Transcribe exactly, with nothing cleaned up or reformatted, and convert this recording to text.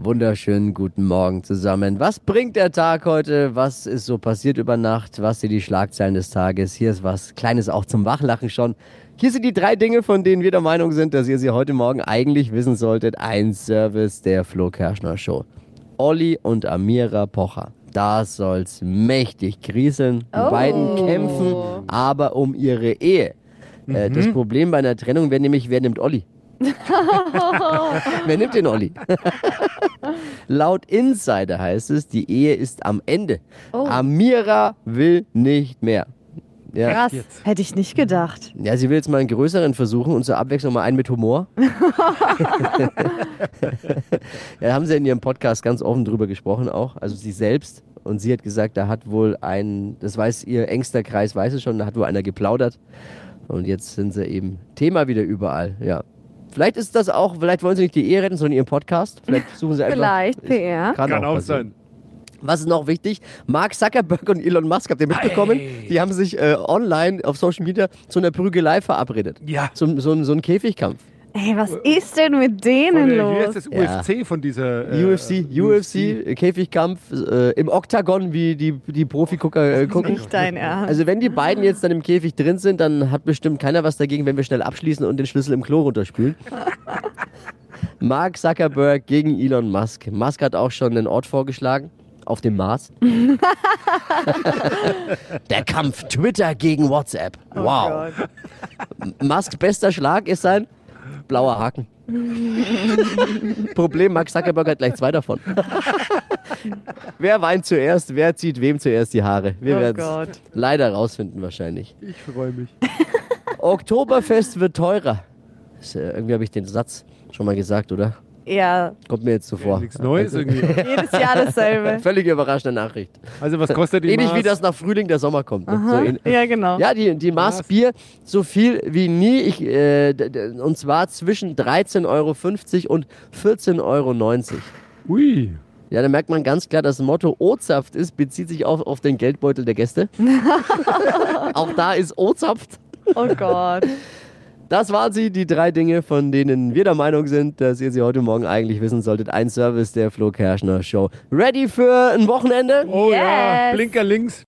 Wunderschönen guten Morgen zusammen. Was bringt der Tag heute? Was ist so passiert über Nacht? Was sind die Schlagzeilen des Tages? Hier ist was Kleines auch zum Wachlachen schon. Hier sind die drei Dinge, von denen wir der Meinung sind, dass ihr sie heute Morgen eigentlich wissen solltet. Ein Service der Flo Kerschner Show. Olli und Amira Pocher. Da soll's mächtig grieseln. Die Oh. beiden kämpfen aber um ihre Ehe. Äh, das Problem bei einer Trennung wäre nämlich, wer nimmt Olli? Wer nimmt den Olli? Laut Insider heißt es, die Ehe ist am Ende. Oh. Amira will nicht mehr. Ja. Krass, hätte ich nicht gedacht. Ja, sie will jetzt mal einen größeren versuchen und zur Abwechslung mal einen mit Humor. Ja, haben sie in ihrem Podcast ganz offen drüber gesprochen auch, also sie selbst. Und sie hat gesagt, da hat wohl ein, das weiß ihr engster Kreis, weiß es schon, da hat wohl einer geplaudert. Und jetzt sind sie eben Thema wieder überall, ja. Vielleicht ist das auch, vielleicht wollen sie nicht die Ehe retten, sondern ihren Podcast. Vielleicht suchen sie einfach. Vielleicht, P R. Kann, Kann auch passieren. sein. Was ist noch wichtig? Mark Zuckerberg und Elon Musk, habt ihr mitbekommen? Hey. Die haben sich äh, online auf Social Media zu einer Prügelei verabredet. Ja. Zum, so, ein- so ein Käfigkampf. Ey, was ist denn mit Von denen der, wie los? heißt das U Ja. F C von dieser... äh, U F C, U F C, Käfigkampf äh, im Oktagon, wie die, die Profigucker äh, gucken. Nicht dein Ernst. Also wenn die beiden jetzt dann im Käfig drin sind, dann hat bestimmt keiner was dagegen, wenn wir schnell abschließen und den Schlüssel im Klo runterspülen. Mark Zuckerberg gegen Elon Musk. Musk hat auch schon einen Ort vorgeschlagen. Auf dem Mars. Der Kampf Twitter gegen WhatsApp. Wow. Oh Gott. Musks bester Schlag ist sein blauer Haken. Problem, Mark Zuckerberg hat gleich zwei davon. Wer weint zuerst? Wer zieht wem zuerst die Haare? Wir Oh werden Gott. es leider rausfinden wahrscheinlich. Ich freue mich. Oktoberfest wird teurer. Das, äh, irgendwie habe ich den Satz schon mal gesagt, oder? Ja, Kommt mir jetzt so vor. Nichts Neues irgendwie. jedes Jahr dasselbe. Völlig überraschende Nachricht. Also was kostet die Ähnlich Maß? wie das nach Frühling der Sommer kommt. Ne? So ähn- Ja, genau. Ja, die, die Maß Bier so viel wie nie. Ich, äh, d- d- und zwar zwischen dreizehn Euro fünfzig und vierzehn Euro neunzig. Ui. Ja, da merkt man ganz klar, das Motto O-Zapft ist, bezieht sich auf, auf den Geldbeutel der Gäste. Auch da ist O-Zapft. Oh Gott. Das waren sie, die drei Dinge, von denen wir der Meinung sind, dass ihr sie heute Morgen eigentlich wissen solltet. Ein Service der Flo Kerschner Show. Ready für ein Wochenende? Oh ja, Yes. Blinker links.